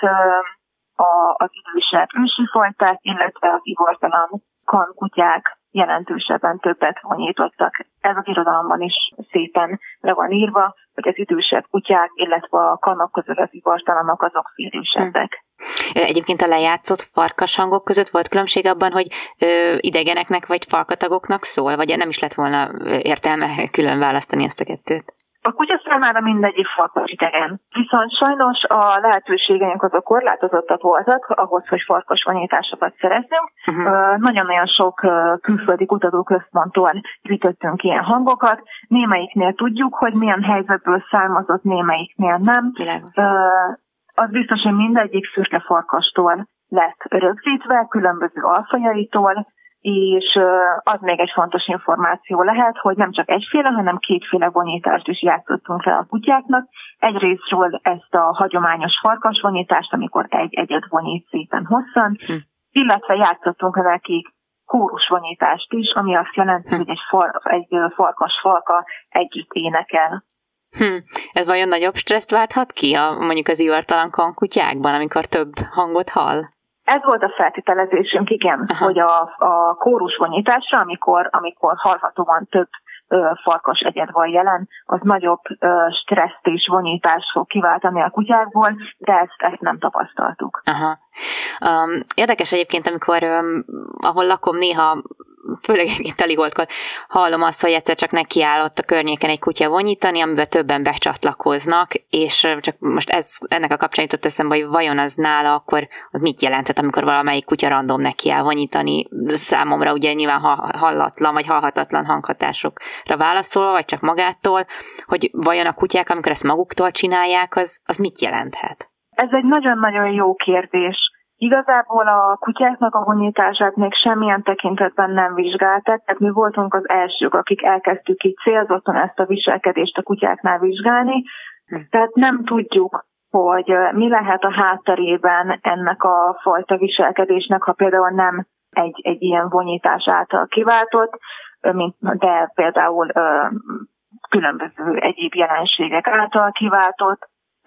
a, az idősebb ősi fajták, illetve az ivartalan kankutyák jelentősebben többet vonyítottak. Ez az irodalomban is szépen le van írva, hogy az idősebb kutyák, illetve a kanok közül az ivartalanok azok félősebbek. Egyébként a lejátszott farkas hangok között volt különbség abban, hogy ö, idegeneknek vagy falkatagoknak szól, vagy nem is lett volna értelme külön választani ezt a kettőt? A kutya számára mindegyik farkas idegen. Viszont sajnos a lehetőségeink azok korlátozottak voltak ahhoz, hogy farkas vonyításokat szerezzünk. Uh-huh. Nagyon-nagyon sok külföldi kutatóközponttól gyűjtöttünk ilyen hangokat. Némelyiknél tudjuk, hogy milyen helyzetből származott, némelyiknél nem. Uh, az biztos, hogy mindegyik szürke farkastól lett rögzítve, különböző alfajaitól, és az még egy fontos információ lehet, hogy nem csak egyféle, hanem kétféle vonyítást is játszottunk le a kutyáknak. Egyrésztről ezt a hagyományos farkasvonyítást, amikor egy-egyet vonyít szépen hosszan, hm. illetve játszottunk nekik kórusvonyítást is, ami azt jelenti, hm. hogy egy, far, egy farkas falka együtt énekel. Hm. Ez vajon nagyobb stresszt válthat ki a, mondjuk az ivartalan kankutyákban, amikor több hangot hall? Ez volt a feltételezésünk, igen, Aha. hogy a, a kórusvonyításra, amikor, amikor hallhatóan több ö, farkas egyed van jelen, az nagyobb ö, stresszt és vonyítást fog kiváltani a kutyákból, de ezt, ezt nem tapasztaltuk. Aha. Um, érdekes egyébként, amikor um, ahol lakom néha, főleg egyébként Taligoldkor, hallom azt, hogy egyszer csak nekiállott a környéken egy kutya vonyítani, amiben többen becsatlakoznak, és csak most ez, ennek a kapcsán jutott eszembe, hogy vajon az nála akkor az mit jelentett, amikor valamelyik kutya random nekiáll vonyítani, számomra ugye nyilván hallatlan vagy hallhatatlan hanghatásokra válaszolva, vagy csak magától, hogy vajon a kutyák, amikor ezt maguktól csinálják, az, az mit jelenthet? Ez egy nagyon-nagyon jó kérdés. Igazából a kutyáknak a vonyítását még semmilyen tekintetben nem vizsgáltak, tehát mi voltunk az elsők, akik elkezdtük így célzottan ezt a viselkedést a kutyáknál vizsgálni. Tehát nem tudjuk, hogy mi lehet a hátterében ennek a fajta viselkedésnek, ha például nem egy, egy ilyen vonyítás által kiváltott, mint, de például különböző egyéb jelenségek által kiváltott.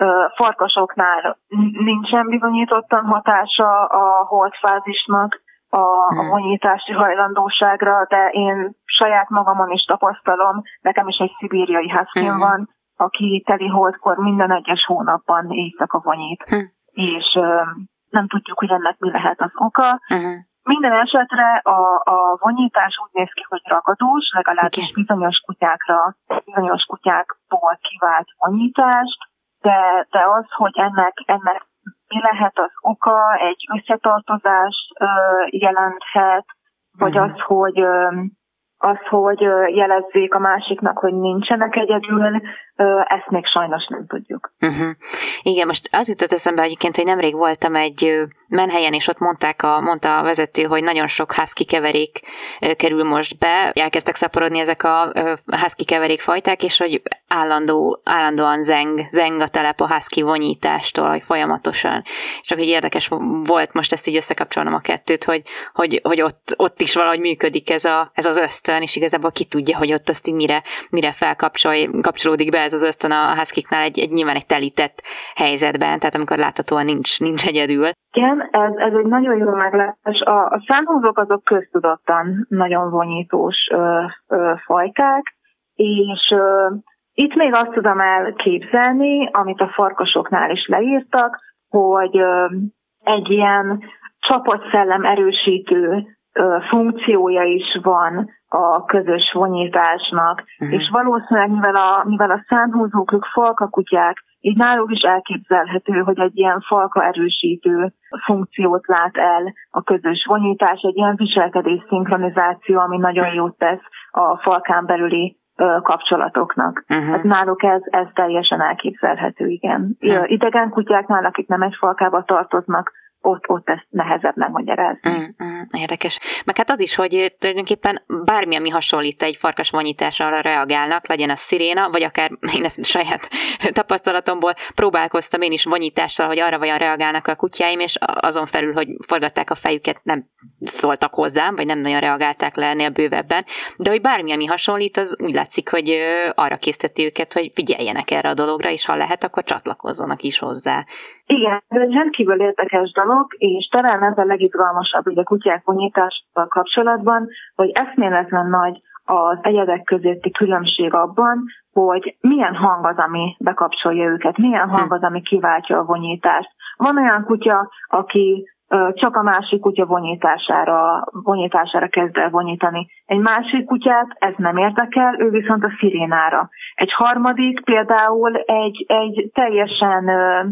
Farkasoknál nincsen bizonyítottan hatása a holdfázisnak a, a vonyítási hajlandóságra, de én saját magamon is tapasztalom, nekem is egy szibériai husky van, aki teli holdkor minden egyes hónapban éjszaka vonyít, uh-huh. és uh, nem tudjuk, hogy ennek mi lehet az oka. Uh-huh. Minden esetre a, a vonyítás úgy néz ki, hogy ragadós, legalábbis okay. bizonyos kutyákra, bizonyos kutyákból kivált vonyítást, de, de az, hogy ennek, ennek mi lehet az oka, egy összetartozás uh, jelenthet, vagy uh-huh. az, hogy uh, az, hogy jelezzék a másiknak, hogy nincsenek egyedül, ezt még sajnos nem tudjuk. Uh-huh. Igen, most az jutott eszembe egyébként, hogy nemrég voltam egy menhelyen, és ott mondták a, mondta a vezető, hogy nagyon sok husky keverék kerül most be, elkezdtek szaporodni ezek a husky keverék fajták, és hogy állandó, állandóan zeng, zeng a telep a husky vonyítástól, hogy folyamatosan. Csak hogy érdekes volt most ezt így összekapcsolnom a kettőt, hogy, hogy, hogy ott, ott is valahogy működik ez, a, ez az ösztön, és igazából ki tudja, hogy ott azt így mire, mire felkapcsolódik be ez az ösztön a huskyknál egy, egy nyilván egy telített helyzetben, tehát amikor láthatóan nincs, nincs egyedül. Igen, ez, ez egy nagyon jó meglátás. A, a szánhúzók azok köztudottan nagyon vonyítós ö, ö, fajták, és ö, itt még azt tudom elképzelni, amit a farkasoknál is leírtak, hogy ö, egy ilyen csapatszellem erősítő ö, funkciója is van a közös vonyításnak, uh-huh. és valószínűleg mivel a, mivel a szánhúzók, ők falkakutyák, így náluk is elképzelhető, hogy egy ilyen falka erősítő funkciót lát el a közös vonyítás, egy ilyen viselkedés szinkronizáció, ami nagyon jót tesz a falkán belüli ö, kapcsolatoknak. Uh-huh. Hát náluk ez, ez teljesen elképzelhető, igen. Uh-huh. Idegen kutyáknál, akik nem egy falkába tartoznak, ott, ott ezt nehezebb megmagyarázni. Mm, mm, érdekes. Meg hát az is, hogy tulajdonképpen bármi, ami hasonlít egy farkas vonyításra, arra reagálnak, legyen a sziréna, vagy akár én ezt saját tapasztalatomból próbálkoztam én is vonyítással, hogy arra vajon reagálnak a kutyáim, és azon felül, hogy forgatták a fejüket, nem szóltak hozzám, vagy nem nagyon reagálták le ennél bővebben, de hogy bármi, ami hasonlít, az úgy látszik, hogy arra készteti őket, hogy figyeljenek erre a dologra, és ha lehet, akkor csatlakozzanak is hozzá. Igen, ez egy rendkívül érdekes dolog, és talán ez a legizgalmasabb hogy a kutyák vonyítással kapcsolatban, hogy eszméletlen nagy az egyedek közötti különbség abban, hogy milyen hang az, ami bekapcsolja őket, milyen hang az, ami kiváltja a vonyítást. Van olyan kutya, aki csak a másik kutya vonyítására, vonyítására kezd el vonyítani. Egy másik kutyát ez nem érdekel, ő viszont a szirénára. Egy harmadik például egy, egy teljesen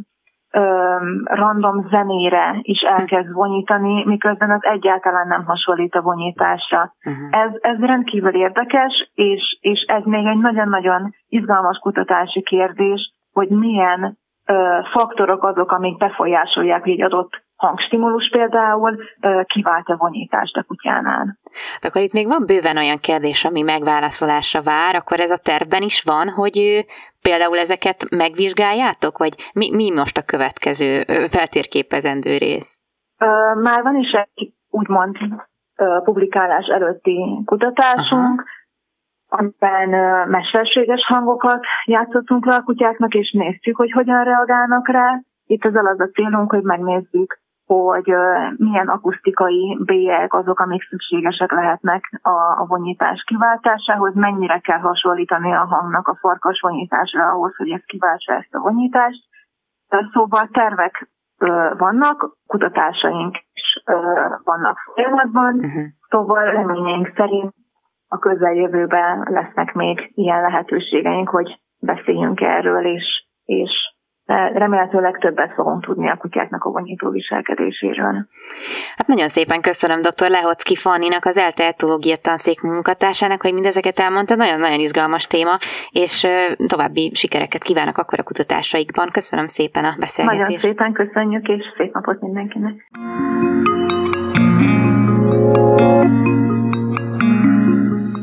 random zenére is elkezd vonyítani, miközben az egyáltalán nem hasonlít a vonyításra. Uh-huh. Ez, ez rendkívül érdekes, és, és ez még egy nagyon-nagyon izgalmas kutatási kérdés, hogy milyen ö, faktorok azok, amik befolyásolják, hogy egy adott hangstimulus például kivált a vonyítást a kutyánál. De akkor itt még van bőven olyan kérdés, ami megválaszolásra vár, akkor ez a tervben is van, hogy például ezeket megvizsgáljátok, vagy mi, mi most a következő feltérképezendő rész? Már van is egy úgymond publikálás előtti kutatásunk, aha. amiben mesterséges hangokat játszottunk le a kutyáknak, és néztük, hogy hogyan reagálnak rá. Itt ezzel az a célunk, hogy megnézzük, hogy milyen akusztikai bélyegek azok, amik szükségesek lehetnek a, a vonyítás kiváltásához, mennyire kell hasonlítani a hangnak a farkas vonyításra ahhoz, hogy ez kiváltsa ezt a vonyítást. Szóval tervek vannak, kutatásaink is vannak folyamatban, uh-huh. szóval reményeink szerint a közeljövőben lesznek még ilyen lehetőségeink, hogy beszéljünk erről, és, és remélhetőleg többet fogunk tudni a kutyáknak a vonyító viselkedéséről. Hát nagyon szépen köszönöm dr. Lehocki Fanninak, az ELTE etológia tanszék munkatársának, hogy mindezeket elmondta. Nagyon-nagyon izgalmas téma, és további sikereket kívánok akkor a kutatásaikban. Köszönöm szépen a beszélgetést. Nagyon szépen köszönjük, és szép napot mindenkinek. Még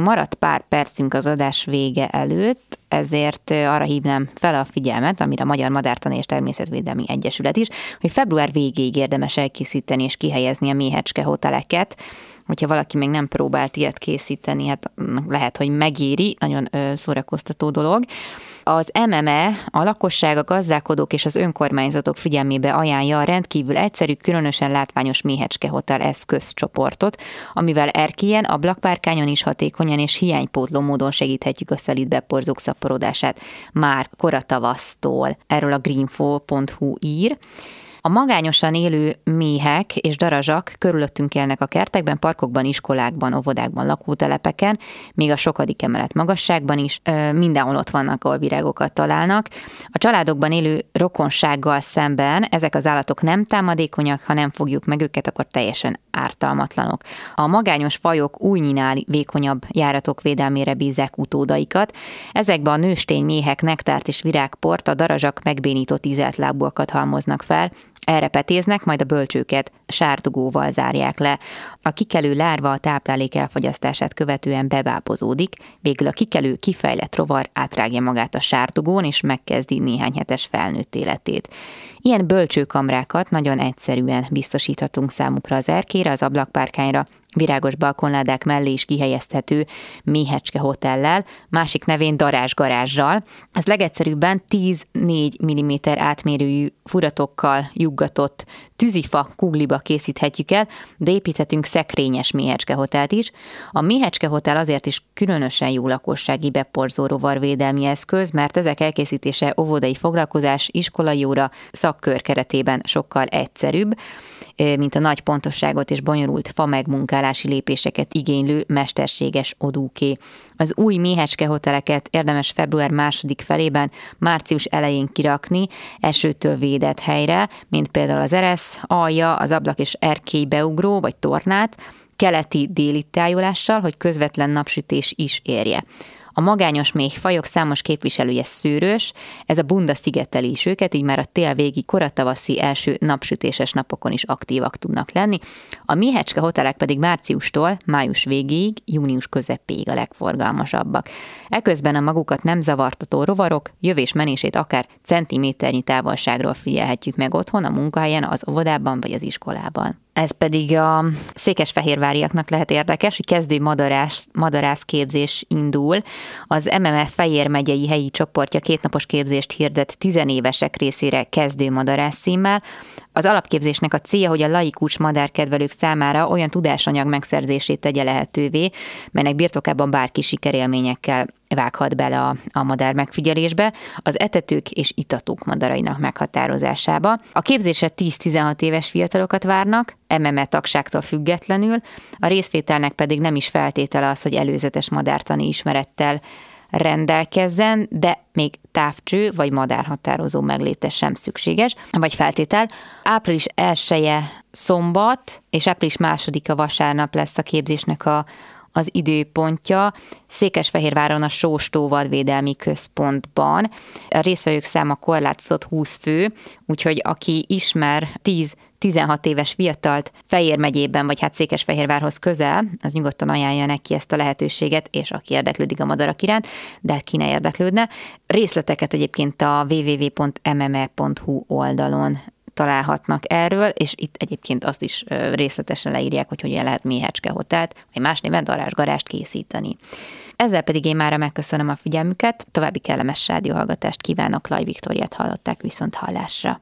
maradt pár percünk az adás vége előtt, ezért arra hívnám fel a figyelmet, amire a Magyar Madártani és Természetvédelmi Egyesület is, hogy február végéig érdemes elkészíteni és kihelyezni a méhecske hoteleket. Hogyha valaki még nem próbált ilyet készíteni, hát lehet, hogy megéri, nagyon szórakoztató dolog. Az em em e a lakosság, a gazdálkodók és az önkormányzatok figyelmébe ajánlja a rendkívül egyszerű, különösen látványos méhecske hotel eszközcsoportot, amivel erkélyen, ablakpárkányon is hatékonyan és hiánypótló módon segíthetjük a szelíd beporzók szaporodását már koratavasztól. Erről a greenfo pont hu ír. A magányosan élő méhek és darazsak körülöttünk élnek a kertekben, parkokban, iskolákban, óvodákban, lakótelepeken, még a sokadik emelet magasságban is, mindenhol ott vannak, ahol virágokat találnak. A családokban élő rokonsággal szemben ezek az állatok nem támadékonyak, ha nem fogjuk meg őket, akkor teljesen ártalmatlanok. A magányos fajok újnyinál vékonyabb járatok védelmére bízzák utódaikat. Ezekben a nőstény méhek nektárt és virágport, a darazsak megbénított ízelt lábúakat halmoznak fel, erre petéznek, majd a bölcsőket sárdogóval zárják le. A kikelő lárva a táplálék elfogyasztását követően bebábozódik, végül a kikelő kifejlett rovar átrágja magát a sárdogón, és megkezdi néhány hetes felnőtt életét. Ilyen bölcsőkamrákat nagyon egyszerűen biztosíthatunk számukra az erkére, az ablakpárkányra, virágos balkonládák mellé is kihelyezhető méhecske hotellel, másik nevén darázsgarázssal. Ez legegyszerűbben tíz-négy milliméter átmérőjű furatokkal juggatott tűzifa kugliba készíthetjük el, de építhetünk szekrényes méhecske hotelt is. A méhecske hotel azért is különösen jó lakossági beporzó rovarvédelmi eszköz, mert ezek elkészítése óvodai foglalkozás, iskolai óra, szakkör keretében sokkal egyszerűbb, mint a nagy pontosságot és bonyolult fa megmunkálási lépéseket igénylő mesterséges odúké. Az új méhecske hoteleket érdemes február második felében, március elején kirakni esőtől védett helyre, mint például az eresz, alja, az ablak és erkély beugró vagy tornát, keleti-déli tájolással, hogy közvetlen napsütés is érje. A magányos méhfajok számos képviselője szőrös, ez a bunda szigeteli is őket, így már a tél végi koratavaszi első napsütéses napokon is aktívak tudnak lenni. A méhecske hotelek pedig márciustól május végéig, június közepéig a legforgalmasabbak. Eközben a magukat nem zavartató rovarok jövés-menését akár centiméternyi távolságról figyelhetjük meg otthon, a munkahelyen, az óvodában vagy az iskolában. Ez pedig a székesfehérváriaknak lehet érdekes, hogy kezdő madarász, madarászképzés indul. Az em em e Fejér megyei helyi csoportja kétnapos képzést hirdet tizenévesek részére kezdő madarász címmel. Az alapképzésnek a célja, hogy a laikus madárkedvelők számára olyan tudásanyag megszerzését tegye lehetővé, melynek birtokában bárki sikerélményekkel vághat bele a, a madár megfigyelésbe, az etetők és itatók madarainak meghatározásába. A képzésre tíz-tizenhat éves fiatalokat várnak, em em e tagságtól függetlenül, a részvételnek pedig nem is feltétele az, hogy előzetes madártani ismerettel rendelkezzen, de még távcső vagy madárhatározó megléte sem szükséges, vagy feltétel. Április elseje szombat, és április másodika vasárnap lesz a képzésnek a az időpontja. Székesfehérváron a Sós-tó vadvédelmi központban. A résztvevők száma korlátozott húsz fő, úgyhogy aki ismer tíz-tizenhat éves fiatalt Fejér megyében, vagy hát Székesfehérvárhoz közel, az nyugodtan ajánlja neki ezt a lehetőséget, és aki érdeklődik a madarak iránt, de ki ne érdeklődne. Részleteket egyébként a double-u double-u double-u pont m m e pont hu oldalon találhatnak erről, és itt egyébként azt is részletesen leírják, hogy hogyan lehet méhecske hotelt, vagy más néven darázsgarást készíteni. Ezzel pedig én mára megköszönöm a figyelmüket, további kellemes rádióhallgatást kívánok, Laj Viktóriát hallották, viszont hallásra.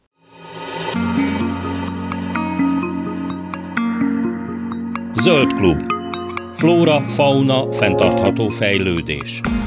Zöld klub. Flóra, fauna, fenntartható fejlődés.